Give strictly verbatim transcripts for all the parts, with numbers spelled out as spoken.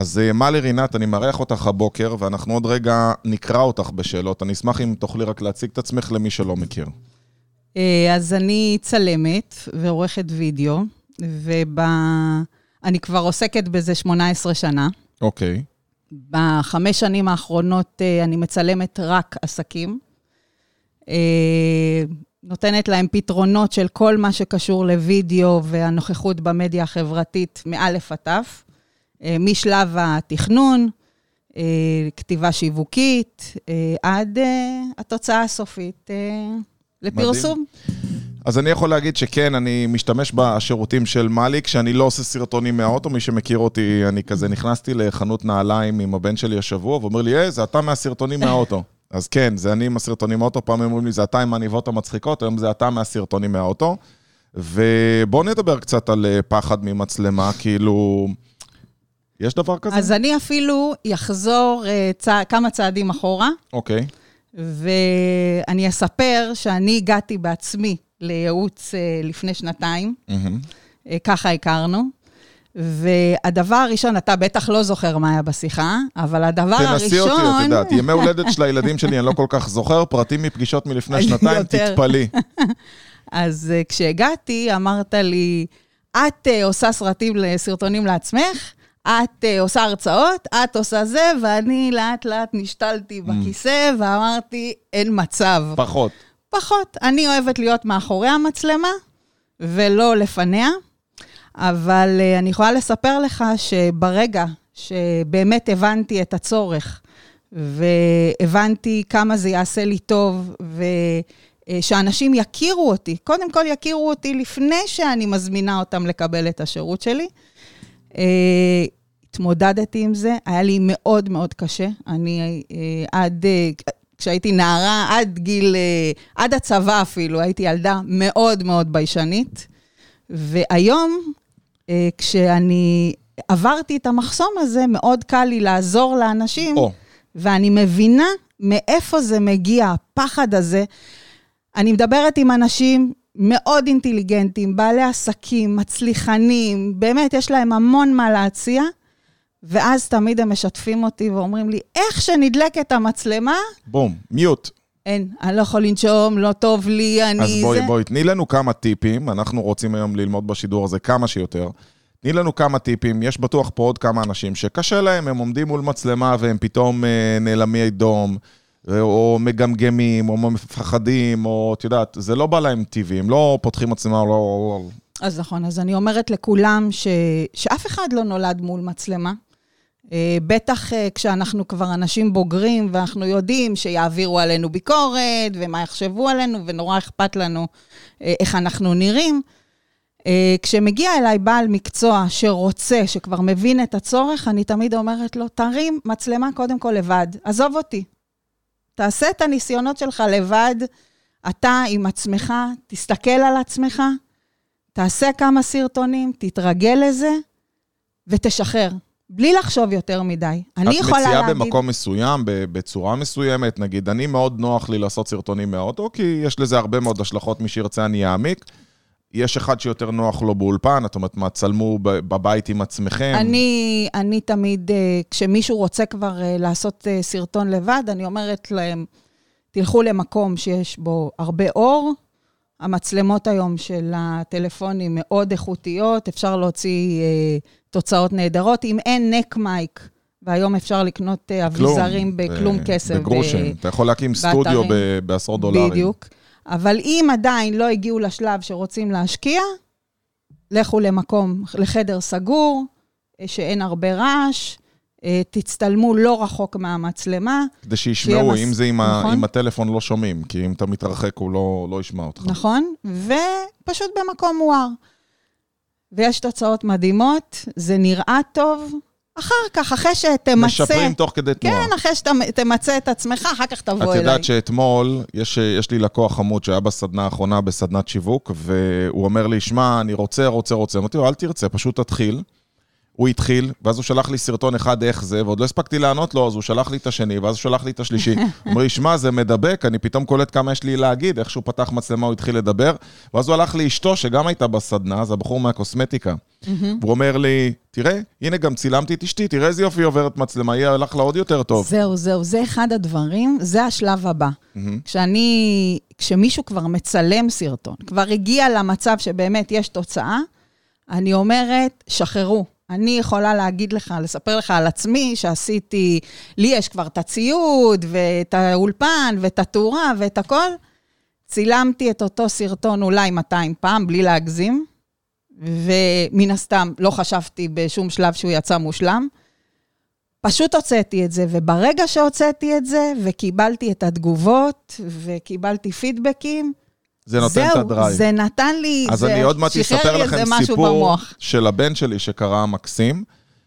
אז מלי רינת, אני מארח אותך הבוקר, ואנחנו עוד רגע נקרא אותך בשאלות. אני אשמח אם תוכלי רק להציג את עצמך למי שלא מכיר. אז אני צלמת ועורכת וידאו, ואני כבר עוסקת בזה שמונה עשרה שנה. אוקיי. בחמש שנים האחרונות אני מצלמת רק עסקים. נותנת להם פתרונות של כל מה שקשור לוידאו והנוכחות במדיה החברתית מאלף עד תף. משלב התכנון, כתיבה שיווקית, עד התוצאה הסופית לפרסום. אז אני יכול להגיד שכן, אני משתמש בשירותים של מלי, כשאני לא עושה סרטונים מהאוטו, מי שמכיר אותי, אני כזה נכנסתי לחנות נעליים עם הבן שלי השבוע, ואומר לי, אה, זה אתה מהסרטונים מהאוטו. אז כן, זה אני עם הסרטונים מהאוטו, פעם אומרים לי, זה אתה עם העניבות המצחיקות, היום זה אתה מהסרטונים מהאוטו. ובואו נדבר קצת על פחד ממצלמה, כאילו, יש דבר כזה? אז אני אפילו יחזור צע... כמה צעדים אחורה. אוקיי. ואני אספר שאני הגעתי בעצמי לייעוץ לפני שנתיים. Mm-hmm. ככה הכרנו. והדבר הראשון, אתה בטח לא זוכר מה היה בשיחה, אבל הדבר הראשון... תנסי אותי, את יודעת, ימי הולדת של הילדים שלי, אני לא כל כך זוכר, פרטים מפגישות מלפני שנתיים, תתפלי. אז כשהגעתי, אמרת לי, את עושה סרטים לסרטונים לעצמך, את עושה הרצאות, את עושה זה, ואני לאט לאט נשתלתי בכיסא, ואמרתי, אין מצב. פחות. פחות. אני אוהבת להיות מאחורי המצלמה, ולא לפניה, אבל אני יכולה לספר לך שברגע שבאמת הבנתי את הצורך, והבנתי כמה זה יעשה לי טוב, ושאנשים יכירו אותי, קודם כל יכירו אותי לפני שאני מזמינה אותם לקבל את השירות שלי, התמודדתי עם זה, היה לי מאוד מאוד קשה, אני עד, כשהייתי נערה, עד גיל, עד הצבא אפילו, הייתי ילדה מאוד מאוד ביישנית, והיום, כשאני עברתי את המחסום הזה, מאוד קל לי לעזור לאנשים, oh. ואני מבינה מאיפה זה מגיע, הפחד הזה. אני מדברת עם אנשים מאוד אינטליגנטים, בעלי עסקים, מצליחנים, באמת יש להם המון מה להציע, ואז תמיד הם משתפים אותי ואומרים לי, איך שנדלקת המצלמה? בום, מיוט. אין, אני לא יכול לנשום, לא טוב לי, אני... אז בואי, זה... בואי, תני לנו כמה טיפים, אנחנו רוצים היום ללמוד בשידור הזה כמה שיותר. תני לנו כמה טיפים, יש בטוח פה עוד כמה אנשים שקשה להם, הם עומדים מול מצלמה והם פתאום אה, נעלמי דום, או מגמגמים, או מפחדים, או את יודעת, זה לא בא להם טבעי, הם לא פותחים מצלמה, לא... אז נכון, אז אני אומרת לכולם ש... שאף אחד לא נולד מול מצלמה, בטח כשאנחנו כבר אנשים בוגרים, ואנחנו יודעים שיעבירו עלינו ביקורת, ומה יחשבו עלינו, ונורא אכפת לנו איך אנחנו נראים. כשמגיע אליי בעל מקצוע שרוצה, שכבר מבין את הצורך, אני תמיד אומרת לו, תרים מצלמה קודם כל לבד, עזוב אותי. תעשה את הניסיונות שלך לבד, אתה עם עצמך, תסתכל על עצמך, תעשה כמה סרטונים, תתרגל לזה, ותשחרר. בלי לחשוב יותר מדי. אני יכולה להגיד... את מציעה במקום מסוים, בצורה מסוימת, נגיד, אני מאוד נוח לי לעשות סרטונים מהאוטו, כי יש לזה הרבה מאוד השלכות, מי שירצה אני אעמיק. יש אחד שיותר נוח לו באולפן, זאת אומרת, מה, צלמו בבית עם עצמכם? אני, אני תמיד, כשמישהו רוצה כבר לעשות סרטון לבד, אני אומרת להם, תלכו למקום שיש בו הרבה אור, המצלמות היום של הטלפונים מאוד איכותיות, אפשר להוציא אה, תוצאות נהדרות, אם אין נק מייק, והיום אפשר לקנות אה, אביזרים בכלום ב- כסף. בגרושים, ב- אתה יכול להקים באתרים, סטודיו ב- בעשרות דולרים. בדיוק, אבל אם עדיין לא הגיעו לשלב שרוצים להשקיע, לכו למקום, לחדר סגור, שאין הרבה רעש, תצטלמו לא רחוק מהמצלמה. כדי שישמעו, אם זה עם, נכון? ה, עם הטלפון לא שומעים, כי אם אתה מתרחק הוא לא, לא ישמע אותך. נכון, ופשוט במקום מואר. ויש תוצאות מדהימות, זה נראה טוב, אחר כך, אחרי שתמצא... משפרים תוך כדי תנועה. כן, אחרי שתמצא את עצמך, אחר כך תבוא אליי. את יודעת שאתמול, יש, יש לי לקוח חמוד שהיה בסדנה האחרונה, בסדנת שיווק, והוא אומר לי, שמע, אני רוצה, רוצה, רוצה. אמרתי לו, אל תרצה, פשוט תתחיל. הוא התחיל, ואז הוא שלח לי סרטון אחד איך זה, ועוד לא הספקתי לענות לו, אז הוא שלח לי את השני, ואז הוא שלח לי את השלישי. הוא אומר לי, שמע, זה מדבק, אני פתאום קולט כמה יש לי להגיד, איך שהוא פתח מצלמה, הוא התחיל לדבר, ואז הוא הלך לאשתו, שגם הייתה בסדנה, זה הבחור מהקוסמטיקה. והוא אומר לי, תראה, הנה גם צילמתי את אשתי, תראה איזה יופי עוברת מצלמה, יהיה הלך לה עוד יותר טוב. זהו, זהו, זה אחד הדברים, זה השלב הבא. כשאני, כשמישהו כבר מצלם סרטון, כבר הגיע למצב שבאמת יש תוצאה, אני אומרת, שחררו. אני יכולה להגיד לך, לספר לך על עצמי, שעשיתי, לי יש כבר את הציוד, ואת האולפן, ואת התאורה, ואת הכל. צילמתי את אותו סרטון אולי מאתיים פעם, בלי להגזים, ומן הסתם לא חשבתי בשום שלב שהוא יצא מושלם. פשוט הוצאתי את זה, וברגע שהוצאתי את זה, וקיבלתי את התגובות, וקיבלתי פידבקים, זה נותן את הדרייב. זהו, זה נתן לי, אז אני עוד מעט אספר לכם סיפור של הבן שלי שקרא מקסים,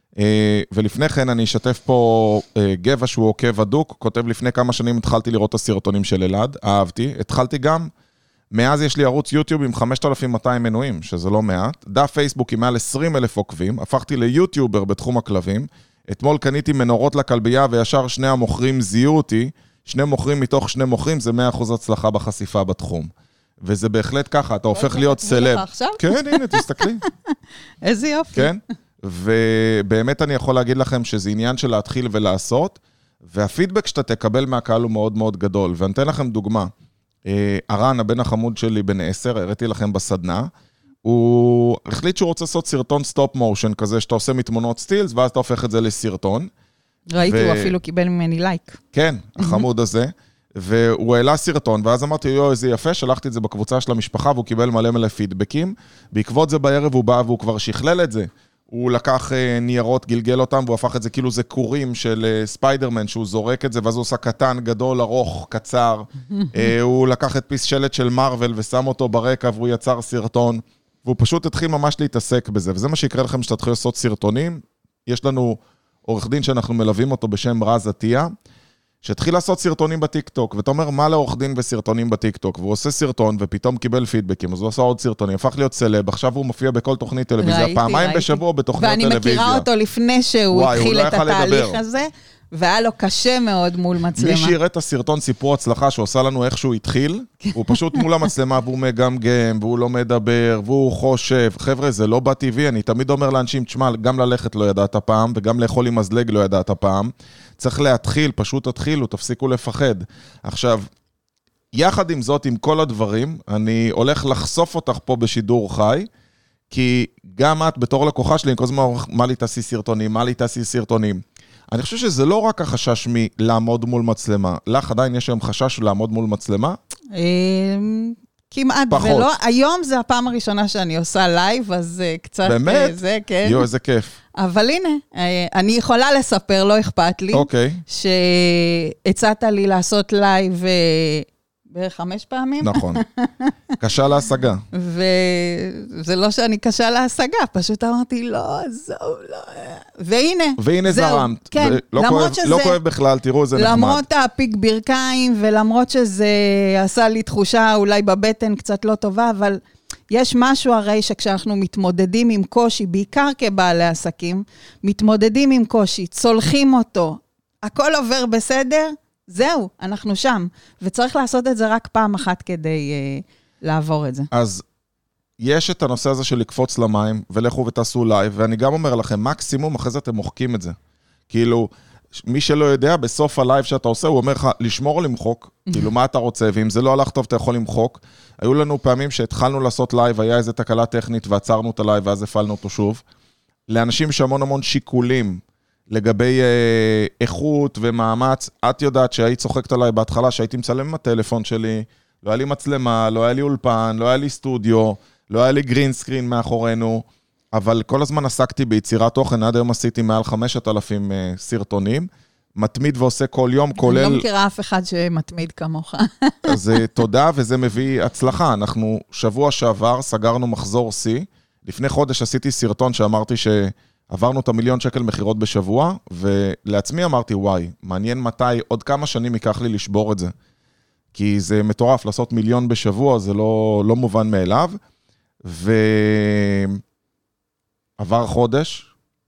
ולפני כן אני אשתף פה גבע שהוא עוקב הדוק, כותב לפני כמה שנים התחלתי לראות את הסרטונים של אלעד, אהבתי, התחלתי גם, מאז יש לי ערוץ יוטיוב עם חמשת אלפים ומאתיים מנויים, שזה לא מעט, דף פייסבוק עם מעל עשרים אלף עוקבים, הפכתי ליוטיובר בתחום הכלבים, אתמול קניתי מנורות לכלבייה וישר שני המוכרים זיהו אותי, שני מוכרים מתוך שני מוכרים, זה מאה אחוז הצלחה בחשיפה בתחום. וזה בהחלט ככה, אתה הופך להיות סלב. כן, הנה, תסתכלי. איזה יופי. כן, ובאמת אני יכול להגיד לכם שזה עניין של להתחיל ולעשות, והפידבק שאתה תקבל מהקהל הוא מאוד מאוד גדול. ואני אתן לכם דוגמה. ארן, הבן החמוד שלי, בן עשר, הראיתי לכם בסדנה, הוא החליט שהוא רוצה לעשות סרטון סטופ מושן כזה, שאתה עושה מתמונות סטילס, ואז אתה הופך את זה לסרטון. ראיתי, הוא אפילו קיבל ממני לייק. כן, החמוד הזה. והוא העלה סרטון, ואז אמרתי, יו, איזה יפה, שלחתי את זה בקבוצה של המשפחה, והוא קיבל מלא מלא פידבקים. בעקבות זה בערב הוא בא, והוא כבר שכלל את זה. הוא לקח ניירות, גלגל אותם, והוא הפך את זה כאילו זה קורים של ספיידרמן, שהוא זורק את זה, ואז הוא עושה קטן, גדול, ארוך, קצר. הוא לקח את פיס שלט של מרוול, ושם אותו ברקע, והוא יצר סרטון. והוא פשוט התחיל ממש להתעסק בזה. וזה מה שיקרה לכם שתתחיל לעשות סרטונים. יש לנו עורך דין שאנחנו מלווים אותו בשם רז עטיה, שהתחיל לעשות סרטונים בטיקטוק, ואתה אומר, מה לעורך דין בסרטונים בטיקטוק? והוא עושה סרטון, ופתאום קיבל פידבקים, אז הוא עושה עוד סרטונים, הפך להיות סלב, עכשיו הוא מופיע בכל תוכנית טלוויזיה, פעמיים בשבוע בתוכניות טלוויזיה. ואני מכירה אותו לפני שהוא התחיל את התהליך הזה, והיה לו קשה מאוד מול מצלמה. מי שיראה את הסרטון סיפור הצלחה, שעושה לנו איך שהוא התחיל, הוא פשוט מול המצלמה, והוא מגמגם, והוא לא מדבר, והוא חושב. חבר'ה, זה לא בטבעי, אני תמיד אומר לאנשים, תשמע, גם ללכת לא ידעת פעם, וגם לאכול עם מזלג לא ידעת פעם. צריך להתחיל, פשוט תתחילו, תפסיקו לפחד. עכשיו, יחד עם זאת, עם כל הדברים, אני הולך לחשוף אותך פה בשידור חי, כי גם את בתור לקוחה שלי, כל הזמן, מה לי תעשי סרטונים, מה לי תעשי סרטונים. אני חושב שזה לא רק החשש מלעמוד מול מצלמה. לך עדיין יש היום חשש לעמוד מול מצלמה? כמעט ולא. היום זה הפעם הראשונה שאני עושה לייב, אז קצת באמת? זה, כן. יו, איזה כיף. אבל הנה, אני יכולה לספר, לא אכפת לי, אוקיי. שהצעת לי לעשות לייב בערך חמש פעמים. נכון. קשה להשגה. וזה לא שאני קשה להשגה, פשוט אמרתי, לא, זהו, לא. והנה. והנה זרמת. כן, למרות שזה... לא כואב בכלל, תראו, זה נחמד. למרות הפיק ברכיים, ולמרות שזה עשה לי תחושה אולי בבטן קצת לא טובה, אבל יש משהו הרי שכשאנחנו מתמודדים עם קושי, בעיקר כבעלי עסקים, מתמודדים עם קושי, צולחים אותו, הכל עובר בסדר, זהו, אנחנו שם. וצריך לעשות את זה רק פעם אחת כדי uh, לעבור את זה. אז יש את הנושא הזה של לקפוץ למים, ולכו ותעשו לייב, ואני גם אומר לכם, מקסימום אחרי זה אתם מוחקים את זה. כאילו, מי שלא יודע, בסוף הלייב שאתה עושה, הוא אומר לך, לשמור או למחוק, כאילו מה אתה רוצה, ואם זה לא הלך טוב, אתה יכול למחוק. היו לנו פעמים שהתחלנו לעשות לייב, היה איזו תקלה טכנית, ועצרנו את הלייב, ואז הפעלנו אותו שוב. לאנשים שהמון המון שיקולים, לגבי אה, איכות ומאמץ, את יודעת שהיית צוחקת עליי בהתחלה, שהייתי מצלם עם הטלפון שלי, לא היה לי מצלמה, לא היה לי אולפן, לא היה לי סטודיו, לא היה לי גרין סקרין מאחורינו, אבל כל הזמן עסקתי ביצירת תוכן, עד היום עשיתי מעל חמשת אלפים אה, סרטונים, מתמיד ועושה כל יום, כולל... אני לא מכירה אף אחד שמתמיד כמוך. אז תודה, וזה מביא הצלחה. אנחנו שבוע שעבר סגרנו מחזור C, לפני חודש עשיתי סרטון שאמרתי ש... עברנו את המיליון שקל מחירות בשבוע, ולעצמי אמרתי, וואי, מעניין מתי, עוד כמה שנים ייקח לי לשבור את זה. כי זה מטורף, לעשות מיליון בשבוע, זה לא, לא מובן מאליו. ועבר חודש,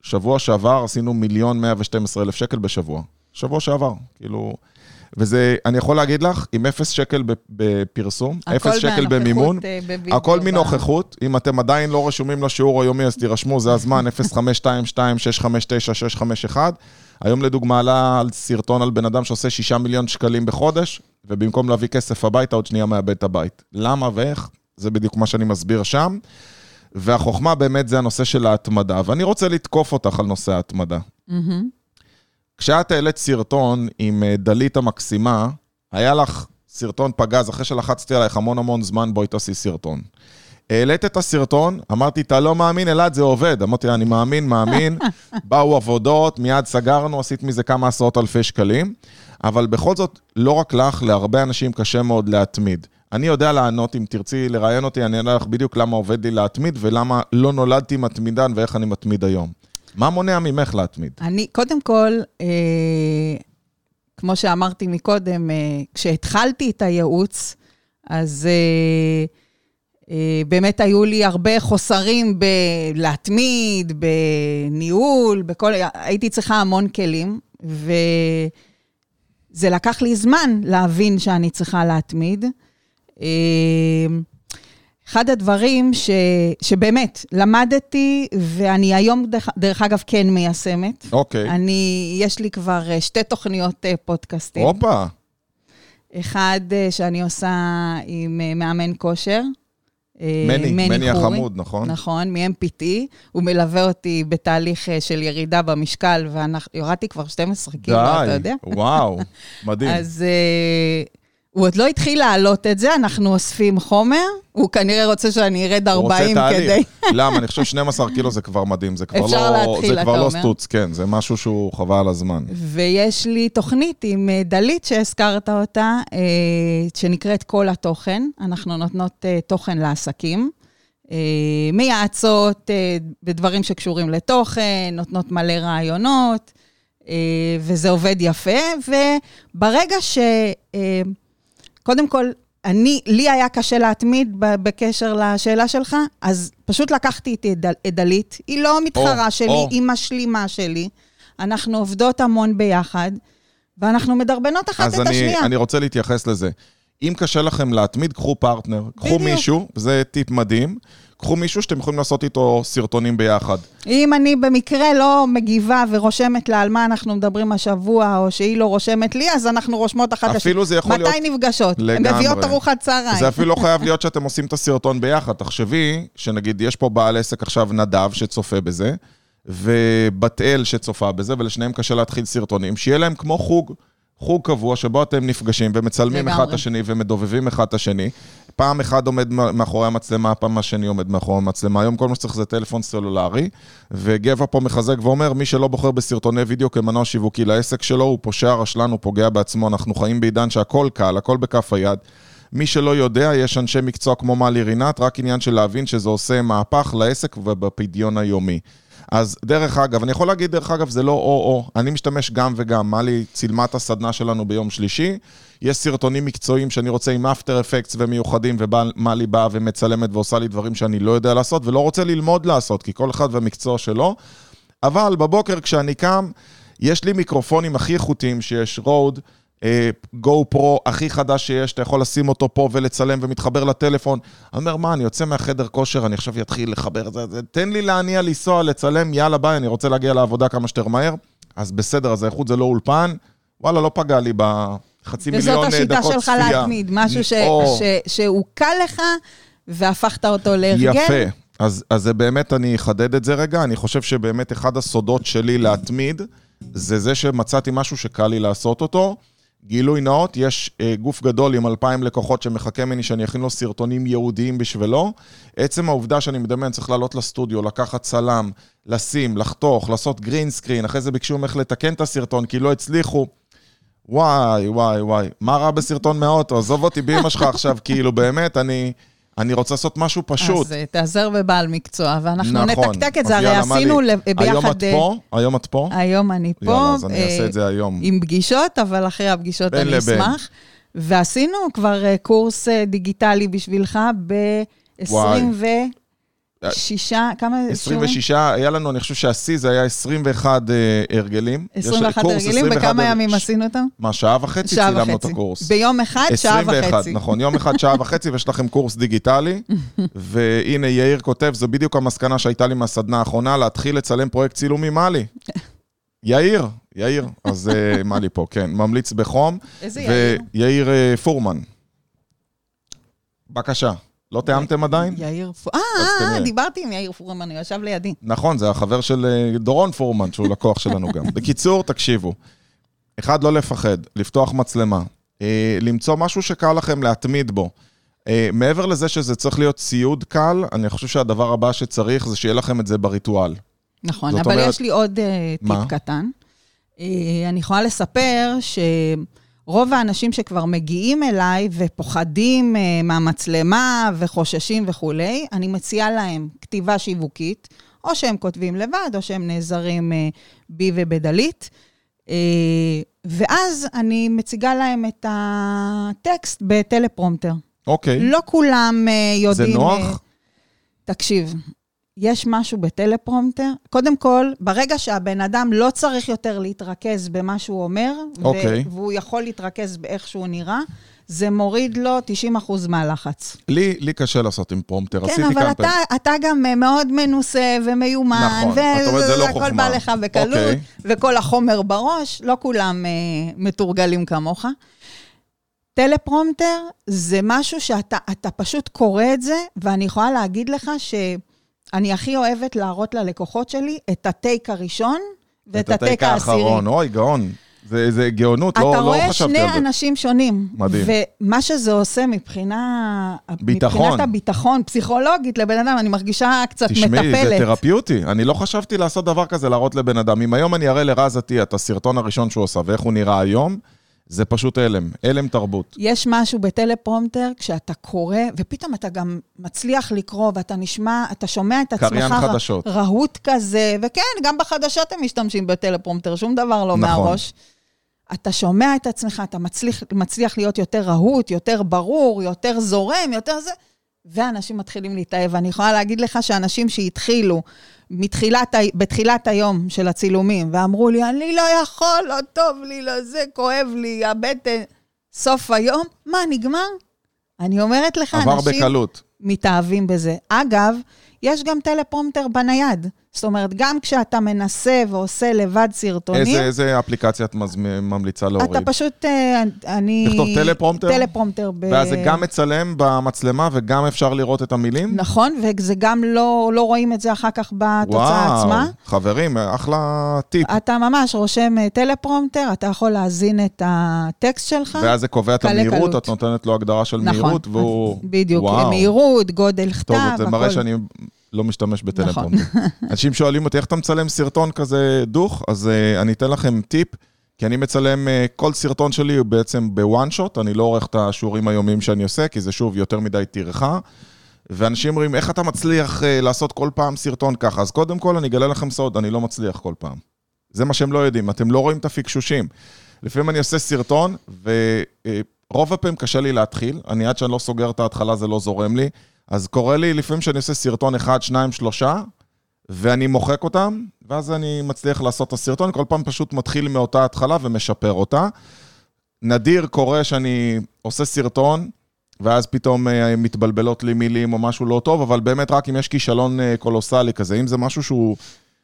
שבוע שעבר עשינו מיליון מאה ושתים עשרה אלף שקל בשבוע. שבוע שעבר, כאילו... וזה, אני יכול להגיד לך, עם אפס שקל בפרסום, אפס שקל במימון, הכל מנוכחות, אם אתם עדיין לא רשומים לשיעור היומי, אז תירשמו, זה הזמן, אפס חמש שתיים שתיים שש חמש תשע שש חמש אחת. היום לדוגמה עלה על סרטון על בן אדם שעושה שישה מיליון שקלים בחודש, ובמקום להביא כסף הביתה, עוד שנייה מאבד את הבית. למה ואיך? זה בדיוק מה שאני מסביר שם. והחוכמה באמת זה הנושא של ההתמדה, ואני רוצה לתקוף אותך על נושא ההתמדה. כשאת העלית סרטון עם דלית המקסימה, היה לך סרטון פגז, אחרי שלחצתי עלייך המון המון זמן, בואי תעשי סרטון. העלית את הסרטון, אמרתי, אתה לא מאמין, אלעד, זה עובד. אמרתי, אני מאמין, מאמין, באו עבודות, מיד סגרנו, עשית מזה כמה עשרות אלפי שקלים, אבל בכל זאת, לא רק לך, להרבה אנשים קשה מאוד להתמיד. אני יודע לענות, אם תרצי לראיין אותי, אני אענה לך בדיוק למה עובד לי להתמיד, ולמה לא נולדתי מתמידן, ואיך אני מתמיד היום. מה מונע ממך להתמיד? אני, קודם כל, אה, כמו שאמרתי מקודם, אה, כשהתחלתי את הייעוץ, אז אה, אה, באמת היו לי הרבה חוסרים בלהתמיד, בניהול, בכל, הייתי צריכה המון כלים, וזה לקח לי זמן להבין שאני צריכה להתמיד. אה, אחד הדברים ש, שבאמת למדתי, ואני היום דרך, דרך אגב כן מיישמת. אוקיי. אני, יש לי כבר שתי תוכניות פודקאסטים. אופה. אחד שאני עושה עם מאמן כושר. מני, מני, מני החמוד, נכון? נכון, מ-אם פי טי. הוא מלווה אותי בתהליך של ירידה במשקל, ויורדתי כבר שתים עשרה קילו, אתה יודע? וואו, מדהים. אז... הוא עוד לא התחיל לעלות את זה, אנחנו אוספים חומר, הוא כנראה רוצה שאני ארד ארבעים כדי... למה? אני חושב שנים עשר קילו זה כבר מדהים, זה כבר לא, זה כבר לא סטוץ, כן, זה משהו שהוא חבל על הזמן. ויש לי תוכנית עם דלית שהזכרת אותה, שנקראת כל התוכן, אנחנו נותנות תוכן לעסקים, מייעצות בדברים שקשורים לתוכן, נותנות מלא רעיונות, וזה עובד יפה, וברגע ש... קודם כל, אני, לי היה קשה להתמיד בקשר לשאלה שלך, אז פשוט לקחתי את דלית, היא לא מתחרה שלי, היא משלימה שלי, אנחנו עובדות המון ביחד, ואנחנו מדרבנות אחת את השנייה. אז אני רוצה להתייחס לזה. אם קשה לכם להתמיד, קחו פרטנר, קחו מישהו, זה טיפ מדהים, קחו מישהו שאתם יכולים לעשות איתו סרטונים ביחד. אם אני במקרה לא מגיבה ורושמת לה על מה אנחנו מדברים השבוע, או שהיא לא רושמת לי, אז אנחנו רושמות אחת השנייה. אפילו זה יכול להיות... מתי נפגשות? הן מביאות ארוחת צהריים. זה אפילו לא חייב להיות שאתם עושים את הסרטון ביחד. תחשבי שנגיד, יש פה בעל עסק עכשיו נדב שצופה בזה, ובתאל שצופה בזה, ולשניהם קשה להתחיל סרטונים, שיהיה להם כמו חוג, חוג קבוע שבו אתם נפגשים ומצלמים אחד את השני ומדובבים אחד את השני. פעם אחד עומד מאחורי המצלמה, פעם השני עומד מאחורי המצלמה. היום כל מה שצריך זה טלפון סלולרי, וגבע פה מחזק ואומר, מי שלא בוחר בסרטוני וידאו כמנוע שיווקי לעסק שלו, הוא פושע רשלן, הוא פוגע בעצמו. אנחנו חיים בעידן שהכל קל, הכל בכף היד. מי שלא יודע, יש אנשי מקצוע כמו מלי רינת, רק עניין של להבין שזה עושה מהפך לעסק ובפדיון היומי. אז דרך אגב, אני יכול להגיד דרך אגב, זה לא או-או, אני משתמש גם וגם, מלי צילמה את הסדנה שלנו ביום שלישי, יש סרטונים מקצועיים שאני רוצה עם אפטר אפקטס ומיוחדים, ומלי באה ומצלמת ועושה לי דברים שאני לא יודע לעשות, ולא רוצה ללמוד לעשות, כי כל אחד והמקצוע שלו, אבל בבוקר כשאני קם, יש לי מיקרופונים הכי איכותיים שיש, רוד, גו פרו הכי חדש שיש, אתה יכול לשים אותו פה ולצלם ומתחבר לטלפון. אני אומר, מה, אני יוצא מהחדר כושר, אני עכשיו יתחיל לחבר את זה, תן לי להניע, לנסוע, לצלם, יאללה ביי, אני רוצה להגיע לעבודה כמה שיותר מהר, אז בסדר, אז האיכות זה לא אולפן, וואלה, לא פגע לי בחצי מיליון דקות צפייה. וזאת השיטה שלך להתמיד, משהו ש... ש... שהוא קל לך, והפכת אותו להרגל. יפה, אז, אז זה באמת, אני אחדד את זה רגע, אני חושב שבאמת אחד הסודות שלי להתמיד, זה זה שמצאתי משהו שקל לי לעשות אותו, גילוי נאות, יש אה, גוף גדול עם אלפיים לקוחות שמחכה ממני שאני אכין לו סרטונים יהודיים בשבילו. עצם העובדה שאני מדמיין צריך לעלות לסטודיו, לקחת צלם, לשים, לחתוך, לעשות גרין סקרין, אחרי זה ביקשו ממך לתקן את הסרטון כי לא הצליחו. וואי, וואי, וואי, מה רע בסרטון מהאוטו? עזוב אותי באמא שלך עכשיו, כאילו באמת אני... אני רוצה לעשות משהו פשוט. אז תעזר בבעל מקצוע, ואנחנו נתקתק את זה, הרי עשינו ביחד... היום את פה? היום את פה? היום אני פה. יאללה, אז אני אעשה את זה היום. עם פגישות, אבל אחרי הפגישות אני אשמח. ועשינו כבר קורס דיגיטלי בשבילך ב-עשרים ו... שישה, כמה עשרים ושישה, היה לנו, אני חושב שהשיא זה היה עשרים ואחת הרגלים. עשרים ואחת הרגלים, וכמה ימים עשינו אותם? מה, שעה וחצי צילמנו את הקורס. ביום אחד, שעה וחצי. נכון, יום אחד, שעה וחצי, ויש לכם קורס דיגיטלי, והנה יאיר כותב, זה בדיוק המסקנה שהייתה לי מהסדנה האחרונה, להתחיל לצלם פרויקט צילומי מאלי. יאיר, יאיר, אז מאלי פה, כן, ממליץ בחום. איזה יאיר? ויאיר פורמן. בבקשה. לא תיאמתם עדיין? יאיר פורמן. אה, דיברתי עם יאיר פורמן, הוא ישב לידי. נכון, זה החבר של דורון פורמן, שהוא לקוח שלנו גם. בקיצור, תקשיבו. אחד, לא לפחד, לפתוח מצלמה. למצוא משהו שקל לכם להתמיד בו. מעבר לזה שזה צריך להיות ציוד קל, אני חושב שהדבר הבא שצריך זה שיהיה לכם את זה בריטואל. נכון, אבל יש לי עוד טיפ קטן. אני יכולה לספר ש... רוב האנשים שכבר מגיעים אליי ופוחדים מהמצלמה וחוששים וכולי, אני מציעה להם כתיבה שיווקית, או שהם כותבים לבד, או שהם נעזרים בי ובדלית, ואז אני מציגה להם את הטקסט בטלפרומטר. אוקיי. לא כולם יודעים... זה נוח? תקשיב. יש משהו בטלפרומטר. קודם כל, ברגע שהבן אדם לא צריך יותר להתרכז במה שהוא אומר, okay. והוא יכול להתרכז באיך שהוא נראה, זה מוריד לו תשעים אחוז מהלחץ. לי, לי קשה לעשות עם פרומטר, כן, אבל אתה, אתה גם מאוד מנוסה ומיומן, נכון, אתה אומר, זה לא חוכמה. והכל בא לך בקלות, okay. וכל החומר בראש, לא כולם uh, מתורגלים כמוך. טלפרומטר זה משהו שאתה אתה פשוט קורא את זה, ואני יכולה להגיד לך ש... אני הכי אוהבת להראות ללקוחות שלי את הטייק הראשון ואת הטייק העשירי. האחרון, אוי, גאון. זה, זה גאונות, לא, לא חשבתי על זה. אתה רואה שני אנשים שונים. מדהים. ומה שזה עושה מבחינה... ביטחון. מבחינת הביטחון, פסיכולוגית לבן אדם, אני מרגישה קצת תשמעי, מטפלת. תשמעי, זה תרפיוטי. אני לא חשבתי לעשות דבר כזה, להראות לבן אדם. אם היום אני אראה לרז עטיה את הסרטון הראשון שהוא עושה, ואיך הוא נראה היום, זה פשוט אלם, אלם תרבות. יש משהו בטלפרומטר, כשאתה קורא, ופתאום אתה גם מצליח לקרוא, ואתה נשמע, אתה שומע את עצמך רהוט כזה, וכן, גם בחדשות הם משתמשים בטלפרומטר, שום דבר לא מהראש. אתה שומע את עצמך, אתה מצליח, מצליח להיות יותר רהוט, יותר ברור, יותר זורם, יותר זה, ואנשים מתחילים להתאהב. ואני יכולה להגיד לך שאנשים שהתחילו, מתחילת, בתחילת היום של הצילומים, ואמרו לי, אני לא יכול, לא טוב לי, לא זה, כואב לי, הבטן, סוף היום, מה, נגמר? אני אומרת לך, אנשים בקלות. מתאהבים בזה. אגב, יש גם טלפרומטר בנייד, זאת אומרת, גם כשאתה מנסה ועושה לבד סרטונים... איזה, איזה אפליקציה את ממליצה להוריד? אתה פשוט, אני... לכתוב טלפרומטר? טלפרומטר. ב... ואז זה גם מצלם במצלמה, וגם אפשר לראות את המילים? נכון, וזה גם לא, לא רואים את זה אחר כך בתוצאה וואו, עצמה. וואו, חברים, אחלה טיפ. אתה ממש רושם טלפרומטר, אתה יכול להזין את הטקסט שלך. ואז זה קובע את המהירות, את נותנת לו הגדרה של נכון, מהירות, והוא... בדיוק, וואו. מהירות, גודל כתב, טוב, זה מראה שאני... לא משתמש בטלפרומטר. אנשים שואלים אותי, איך אתה מצלם סרטון כזה דוך? אז uh, אני אתן לכם טיפ, כי אני מצלם, uh, כל סרטון שלי הוא בעצם בוואן שוט, אני לא עורך את השיעורים היומיים שאני עושה, כי זה שוב יותר מדי תירחה, ואנשים אומרים, איך אתה מצליח uh, לעשות כל פעם סרטון ככה? אז קודם כל אני אגלה לכם סוד, אני לא מצליח כל פעם. זה מה שהם לא יודעים, אתם לא רואים את הפיקשושים. לפעמים אני עושה סרטון, ורוב הפעמים קשה לי להתחיל, אני עד שאני לא סוגר את ההתחלה, זה לא זורם לי, אז קורה לי לפעמים שאני עושה סרטון אחד, שניים, שלושה, ואני מוחק אותם, ואז אני מצליח לעשות את הסרטון, כל פעם פשוט מתחיל מאותה התחלה ומשפר אותה. נדיר קורה שאני עושה סרטון, ואז פתאום מתבלבלות לי מילים או משהו לא טוב, אבל באמת רק אם יש כישלון קולוסלי כזה, אם זה משהו שהוא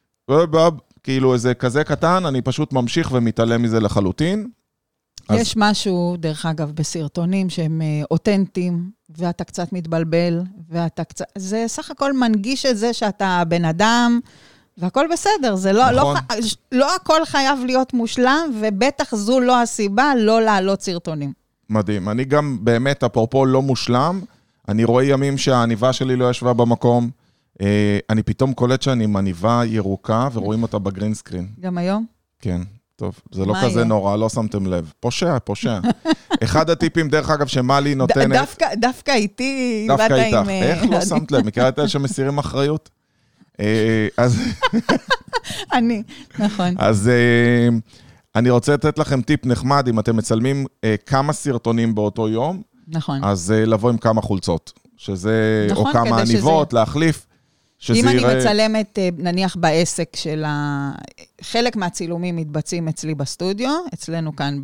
כאילו איזה כזה קטן, אני פשוט ממשיך ומתעלם מזה לחלוטין. יש אז... משהו, דרך אגב, בסרטונים שהם אותנטיים, ואתה קצת מתבלבל, ואתה קצת... זה סך הכל מנגיש את זה שאתה בן אדם, והכל בסדר. זה לא, נכון. לא, לא הכל חייב להיות מושלם, ובטח זו לא הסיבה לא לעלות סרטונים. מדהים. אני גם באמת, אפרופו לא מושלם, אני רואה ימים שהעניבה שלי לא ישבה במקום, אני פתאום קולט שאני עם עניבה ירוקה, ורואים אותה בגרין סקרין. גם היום? כן. טוב, זה לא כזה נורא, לא שמתם לב. פושע, פושע. אחד הטיפים, דרך אגב, שמלי נותנת... דווקא איתי... דווקא איתך. איך לא שמת לב? מכירה את אלה שמסירים אחריות? אז... אני, נכון. אז אני רוצה לתת לכם טיפ נחמד, אם אתם מצלמים כמה סרטונים באותו יום, נכון. אז לבוא עם כמה חולצות, שזה, או כמה עניבות, להחליף, אם אני מצלמת, נניח בעסק של ה... חלק מהצילומים מתבצעים אצלי בסטודיו, אצלנו כאן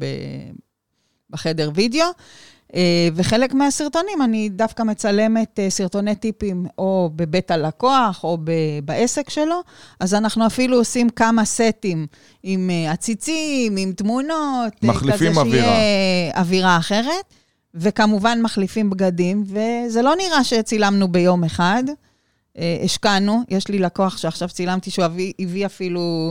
בחדר וידאו, וחלק מהסרטונים אני דווקא מצלמת סרטוני טיפים או בבית הלקוח או בעסק שלו, אז אנחנו אפילו עושים כמה סטים עם עציצים, עם תמונות, מחליפים אווירה. כזה שיהיה אווירה אחרת, וכמובן מחליפים בגדים, וזה לא נראה שצילמנו ביום אחד, השקענו, יש לי לקוח שעכשיו צילמתי שהוא הביא, הביא אפילו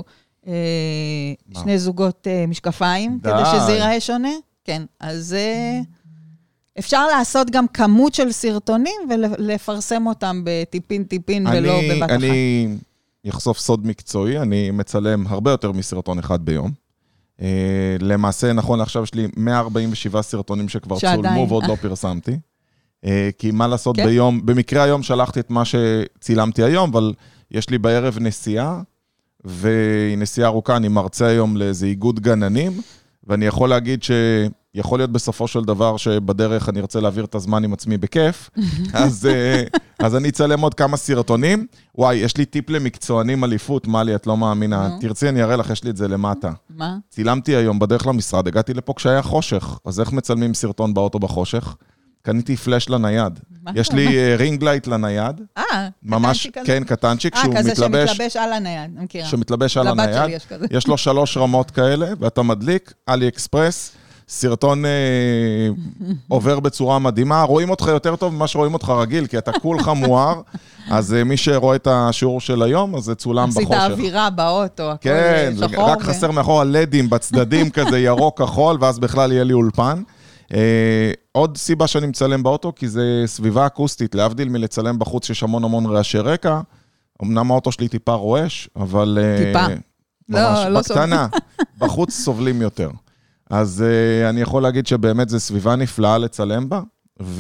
שני זוגות משקפיים, כדי שזה ייראה שונה. כן, אז אפשר לעשות גם כמות של סרטונים ולפרסם אותם בטיפין טיפין ולא בבת אחת. אני אחשוף סוד מקצועי, אני מצלם הרבה יותר מסרטון אחד ביום. למעשה, נכון, עכשיו יש לי מאה ארבעים ושבעה סרטונים שכבר צולמו ועוד לא פרסמתי. כי מה לעשות ביום, במקרה היום שלחתי את מה שצילמתי היום, אבל יש לי בערב נסיעה, והיא נסיעה ארוכה, אני מרצה היום לאיזה איגוד גננים, ואני יכול להגיד שיכול להיות בסופו של דבר שבדרך אני ארצה להעביר את הזמן עם עצמי בכיף, אז, אז אני אצלם עוד כמה סרטונים. וואי, יש לי טיפ למקצוענים אליפות, מה לי, את לא מאמינה. תרצי, אני אראה לך, יש לי את זה למטה. מה? צילמתי היום בדרך למשרד, הגעתי לפה כשהיה חושך, אז איך מצלמים סרטון באוטו בחושך? קניתי פלש לנייד. יש לי רינג לייט לנייד. אה, ממש, כן, קטנצ'יק, שהוא מתלבש... אה, כזה שמתלבש על הנייד, אני מכירה. שמתלבש על הנייד. יש לו שלוש רמות כאלה, ואתה מדליק, אלי אקספרס, סרטון עובר בצורה מדהימה. רואים אותך יותר טוב ממה שרואים אותך רגיל, כי אתה כולך מואר, אז מי שרואה את השיעור של היום, אז זה צולם בחושך. עשית אווירה באוטו, הכל כן, שחור. רק חסר מאחור הלדים בצדדים, כזה ירוק כחול, ואז בכלל יהיה לי אולפן. עוד סיבה שאני מצלם באוטו, כי זה סביבה אקוסטית, להבדיל מלצלם בחוץ שיש המון המון רעשי רקע, אמנם האוטו שלי טיפה רועש, אבל... טיפה. ממש בקטנה, בחוץ סובלים יותר. אז אני יכול להגיד שבאמת זה סביבה נפלאה לצלם בה,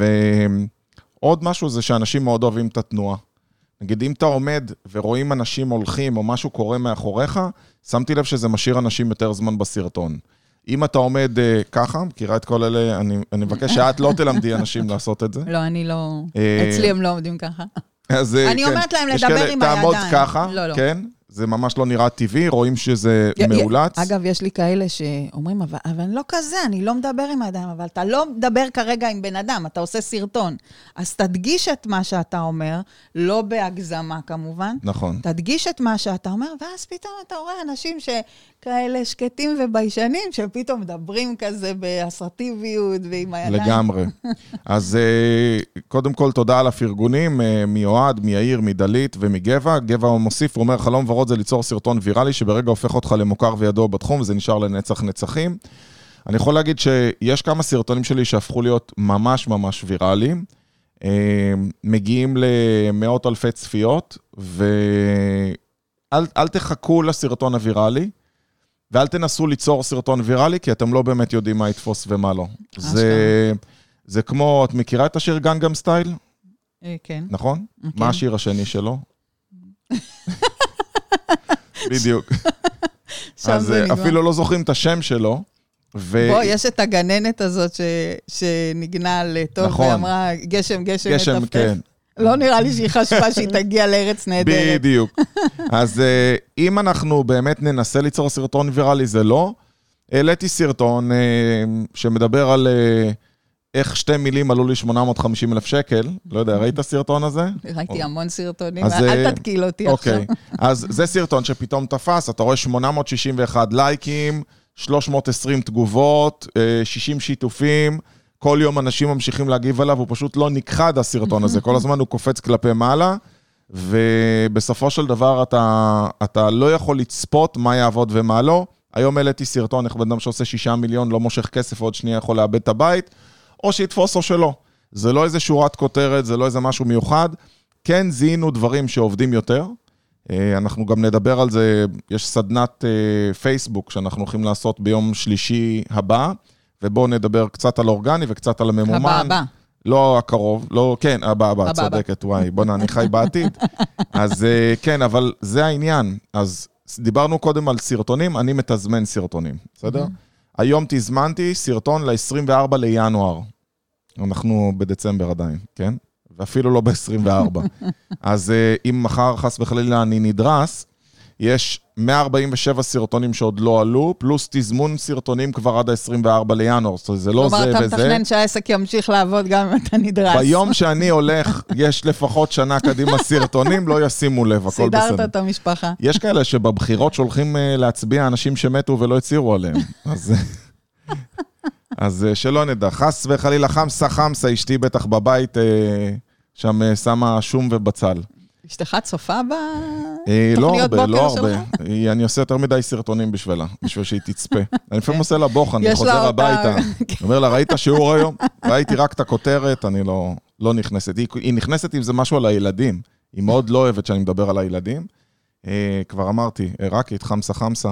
ועוד משהו זה שאנשים מאוד אוהבים את התנועה. נגיד, אם אתה עומד ורואים אנשים הולכים או משהו קורה מאחוריך, שמתי לב שזה משאיר אנשים יותר זמן בסרטון. אם אתה עומד uh, ככה, מכירה את כל אלה, אני, אני מבקש שאת לא תלמדי אנשים לעשות את זה. לא, אני לא, אצלי הם לא עומדים ככה. אז, אני כן, אומרת להם לדבר עם הידיים. תעמוד ככה, לא, לא. כן? זה ממש לא נראה טבעי, רואים שזה י- מאולץ. אגב, יש לי כאלה שאומרים, אבל, אבל אני לא כזה, אני לא מדבר עם הידיים, אבל אתה לא מדבר כרגע עם בן אדם, אתה עושה סרטון. אז תדגיש את מה שאתה אומר, לא בהגזמה כמובן. נכון. תדגיש את מה שאתה אומר, ואז פתאום אתה רואה אנשים שכאלה שקטים וביישנים, שפתאום מדברים כזה באסרטיביות ועם הידיים. לגמרי. אז קודם כל תודה על הפרגונים, מיועד, מיעיר, מדלית ומגבע. גבע מוסיף, הוא אומר, חלום ורוד זה ליצור סרטון ויראלי, שברגע הופך אותך למוכר וידוע בתחום, וזה נשאר לנצח נצחים. אני יכול להגיד שיש כמה סרטונים שלי שהפכו להיות ממש ממש ויראליים, מגיעים למאות אלפי צפיות, ואל אל תחכו לסרטון הוויראלי, ואל תנסו ליצור סרטון ויראלי, כי אתם לא באמת יודעים מה יתפוס ומה לא. זה, זה כמו, את מכירה את השיר גנגנאם סטייל? כן. נכון? מה השיר השני שלו? בדיוק. אז אפילו לא זוכרים את השם שלו. בוא, יש את הגננת הזאת שנגנה לטוב, ואמרה גשם, גשם, גשם, כן. לא נראה לי שהיא חשבה שהיא תגיע לארץ נהדרת. בדיוק. אז אם אנחנו באמת ננסה ליצור סרטון ויראלי, זה לא. העליתי סרטון שמדבר על איך שתי מילים עלו לי שמונה מאות וחמישים אלף שקל. לא יודע, ראית הסרטון הזה? ראיתי המון סרטונים, אל תתקיל אותי עכשיו. אוקיי, אז זה סרטון שפתאום תפס, אתה רואה שמונה מאות שישים ואחת לייקים, שלוש מאות ועשרים תגובות, שישים שיתופים, כל יום אנשים ממשיכים להגיב עליו, הוא פשוט לא נכחד הסרטון הזה, כל הזמן הוא קופץ כלפי מעלה, ובסופו של דבר אתה, אתה לא יכול לצפות מה יעבוד ומה לא. היום העליתי סרטון, איך בן אדם שעושה שישה מיליון, לא מושך כסף, עוד שנייה יכול לאבד את הבית, או שיתפוס או שלא. זה לא איזה שורת כותרת, זה לא איזה משהו מיוחד. כן, זיהינו דברים שעובדים יותר. אנחנו גם נדבר על זה, יש סדנת פייסבוק שאנחנו הולכים לעשות ביום שלישי הבא, ובואו נדבר קצת על אורגני וקצת על הממומן. הבא, הבא. לא הקרוב, לא, כן, הבא, הבא, צודקת, וואי, בוא נעני חי בעתיד. אז כן, אבל זה העניין. אז דיברנו קודם על סרטונים, אני מתזמן סרטונים, בסדר? היום תזמנתי סרטון ל-עשרים וארבעה לינואר. אנחנו בדצמבר עדיין, כן? ואפילו לא ב-עשרים וארבע. אז אם מחר חס וחלילה אני נדרס, יש מאה ארבעים ושבע סרטונים שעוד לא עלו, פלוס תזמון סרטונים כבר עד ה-עשרים וארבע לינואר, זאת אומרת, זה לא זה וזה. כלומר, אתה מתכנן שהעסק ימשיך לעבוד גם אם אתה נדרס. ביום שאני הולך, יש לפחות שנה קדימה סרטונים, לא ישימו לב, הכל בסדר. סידרת את המשפחה. יש כאלה שבבחירות שהולכים להצביע אנשים שמתו ולא הצירו עליהם. אז, אז שלא נדע, חס וחלילה חמסה חמסה, אשתי בטח בבית, שם שמה שום ובצל. אשתך צופה בתוכניות בוקר שלך? לא הרבה, אני עושה יותר מדי סרטונים בשבילה, בשביל שהיא תצפה. אני לפעמים עושה לה בוחן, אני חוזר הביתה, אומר לה, ראית שיעור היום? ראיתי רק את הכותרת, אני לא נכנסת. היא נכנסת אם זה משהו על הילדים, היא מאוד לא אוהבת שאני מדבר על הילדים. כבר אמרתי, רק את חמסה חמסה,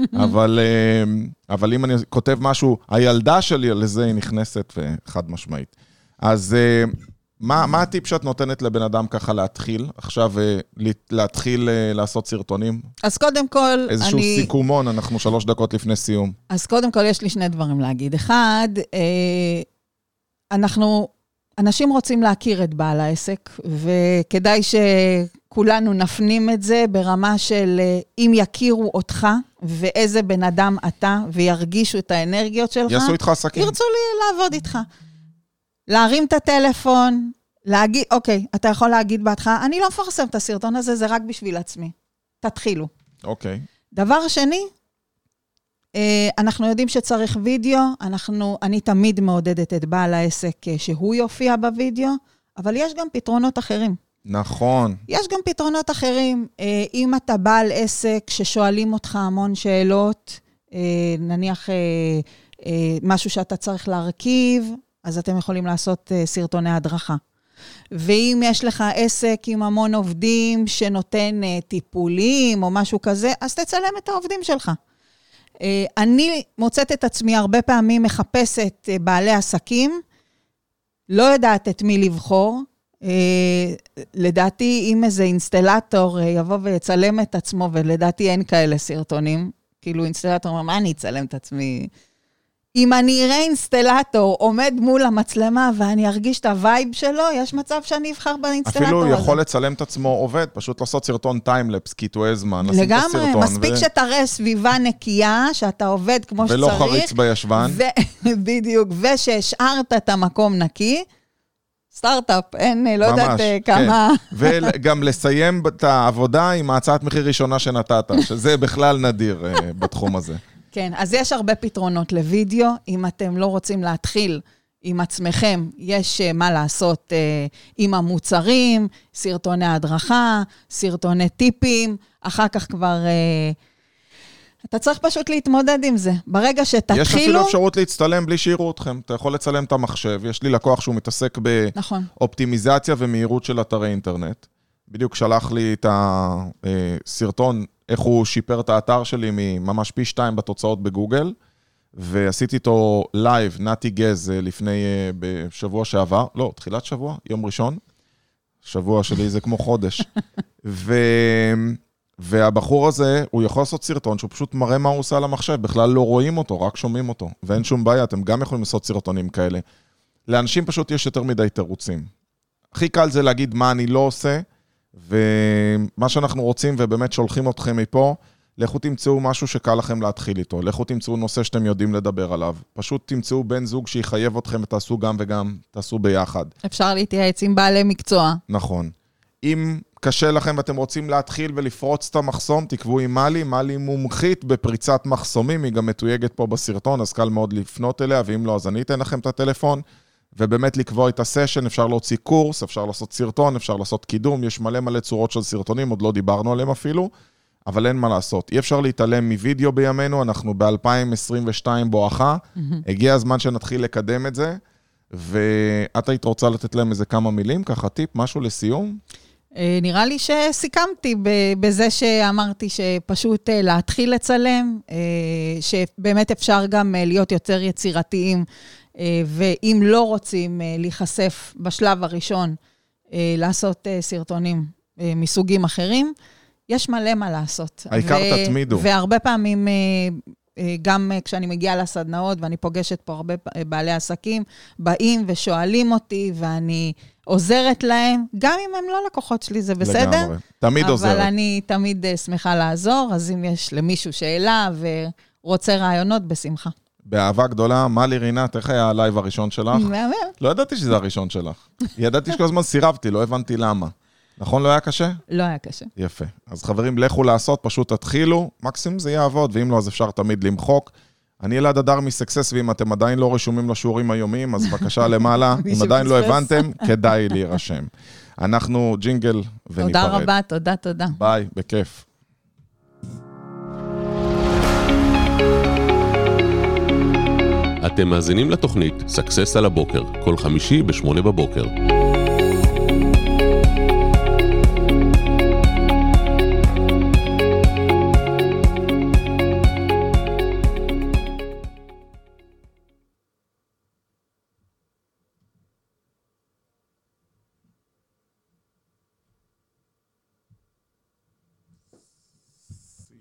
אבל אם אני כותב משהו, הילדה שלי לזה היא נכנסת וחד משמעית. אז מה, מה הטיפ שאת נותנת לבן אדם ככה להתחיל? עכשיו להתחיל לעשות סרטונים? אז קודם כל, איזשהו אני... סיכומון, אנחנו שלוש דקות לפני סיום. אז קודם כל, יש לי שני דברים להגיד. אחד, אנחנו, אנשים רוצים להכיר את בעל העסק, וכדאי שכולנו נפנים את זה ברמה של אם יכירו אותך, ואיזה בן אדם אתה, וירגישו את האנרגיות שלך. יעשו איתך עסקים. ירצו לי לעבוד איתך. להרים את הטלפון, להגיד, אוקיי, אתה יכול להגיד בהתחלה, אני לא מפרסם את הסרטון הזה, זה רק בשביל עצמי. תתחילו. אוקיי. דבר שני, אנחנו יודעים שצריך וידאו, אנחנו, אני תמיד מעודדת את בעל העסק שהוא יופיע בוידאו, אבל יש גם פתרונות אחרים. נכון. יש גם פתרונות אחרים. אם אתה בעל עסק ששואלים אותך המון שאלות, נניח משהו שאתה צריך להרכיב, אז אתם יכולים לעשות uh, סרטוני הדרכה. ואם יש לך עסק עם המון עובדים שנותן uh, טיפולים או משהו כזה, אז תצלם את העובדים שלך. Uh, אני מוצאת את עצמי הרבה פעמים מחפשת uh, בעלי עסקים, לא יודעת את מי לבחור. Uh, לדעתי, אם איזה אינסטלטור uh, יבוא ויצלם את עצמו, ולדעתי אין כאלה סרטונים, כאילו אינסטלטור אומר, מה אני אצלם את עצמי? אם אני אראה אינסטלטור עומד מול המצלמה ואני ארגיש את הווייב שלו, יש מצב שאני אבחר באינסטלטור הזה. אפילו יכול לצלם את עצמו עובד, פשוט לעשות סרטון טיימלפס, קיטועי זמן, לשים את הסרטון. לגמרי, מספיק שתראה סביבה נקייה, שאתה עובד כמו שצריך. ולא חריץ בישבן. בדיוק, ושהשארת את המקום נקי. סטארט-אפ, אין, לא יודעת כמה... וגם לסיים את העבודה עם ההצעת מחיר ראשונה שנתת, שזה בכלל נדיר בתחום הזה. כן, אז יש הרבה פתרונות לוידאו, אם אתם לא רוצים להתחיל עם עצמכם, יש מה לעשות עם המוצרים, סרטוני הדרכה, סרטוני טיפים, אחר כך כבר... אתה צריך פשוט להתמודד עם זה. ברגע שתתחילו... יש אפילו אפשרות להצטלם בלי שיראו אתכם. אתה יכול לצלם את המחשב. יש לי לקוח שהוא מתעסק באופטימיזציה ומהירות של אתרי אינטרנט. בדיוק שלח לי את הסרטון, איך הוא שיפר את האתר שלי ממש פי שתיים בתוצאות בגוגל, ועשיתי איתו לייב, נתי גז, לפני, בשבוע שעבר, לא, תחילת שבוע, יום ראשון. שבוע שלי זה כמו חודש. ו... והבחור הזה, הוא יכול לעשות סרטון שהוא פשוט מראה מה הוא עושה על המחשב, בכלל לא רואים אותו, רק שומעים אותו, ואין שום בעיה, אתם גם יכולים לעשות סרטונים כאלה. לאנשים פשוט יש יותר מדי תירוצים. הכי קל זה להגיד מה אני לא עושה, ומה שאנחנו רוצים, ובאמת שולחים אתכם מפה, לכו תמצאו משהו שקל לכם להתחיל איתו, לכו תמצאו נושא שאתם יודעים לדבר עליו, פשוט תמצאו בן זוג שיחייב אתכם ותעשו גם וגם, תעשו ביחד. אפשר להתייעץ עם בעלי מקצוע. נכון. אם קשה לכם ואתם רוצים להתחיל ולפרוץ את המחסום, תקבעו עם מלי, מלי מומחית בפריצת מחסומים, היא גם מתויגת פה בסרטון, אז קל מאוד לפנות אליה, ואם לא, אז אני אתן לכם את הטלפון, ובאמת לקבוע את הסשן, אפשר להוציא קורס, אפשר לעשות סרטון, אפשר לעשות קידום, יש מלא מלא צורות של סרטונים, עוד לא דיברנו עליהם אפילו, אבל אין מה לעשות. אי אפשר להתעלם מווידאו בימינו, אנחנו ב-אלפיים עשרים ושתיים בואכה, הגיע הזמן שנתחיל לקדם את זה, ואת היית רוצה לתת להם איזה כמה מילים, ככה טיפ, משהו לסיום? נראה לי שסיכמתי בזה שאמרתי שפשוט להתחיל לצלם, שבאמת אפשר גם להיות יותר יצירתיים, ואם לא רוצים להיחשף בשלב הראשון, לעשות סרטונים מסוגים אחרים, יש מלא מה לעשות. העיקר תתמידו. והרבה פעמים גם כשאני מגיעה לסדנאות, ואני פוגשת פה הרבה בעלי עסקים, באים ושואלים אותי, ואני עוזרת להם, גם אם הם לא לקוחות שלי, זה בסדר. לגמרי. תמיד אבל עוזרת. אבל אני תמיד שמחה לעזור, אז אם יש למישהו שאלה ורוצה רעיונות, בשמחה. באהבה גדולה, מלי רינת, איך היה הלייב הראשון שלך? מהמם. לא ידעתי שזה הראשון שלך. ידעתי שכל הזמן סירבתי, לא הבנתי למה. נכון, לא היה קשה? לא היה קשה. יפה. אז חברים, לכו לעשות, פשוט תתחילו, מקסימום זה יעבוד, ואם לא, אז אפשר תמיד למחוק. אני אלעד הדר מסקסס, ואם אתם עדיין לא רשומים לשיעורים היומיים, אז בבקשה למעלה, אם עדיין לא הבנתם, כדאי להירשם. אנחנו ג'ינגל וניפרד. תודה רבה, תודה, תודה. ביי, בכיף. אתם מאזינים לתוכנית סקסס על הבוקר, כל חמישי בשמונה בבוקר.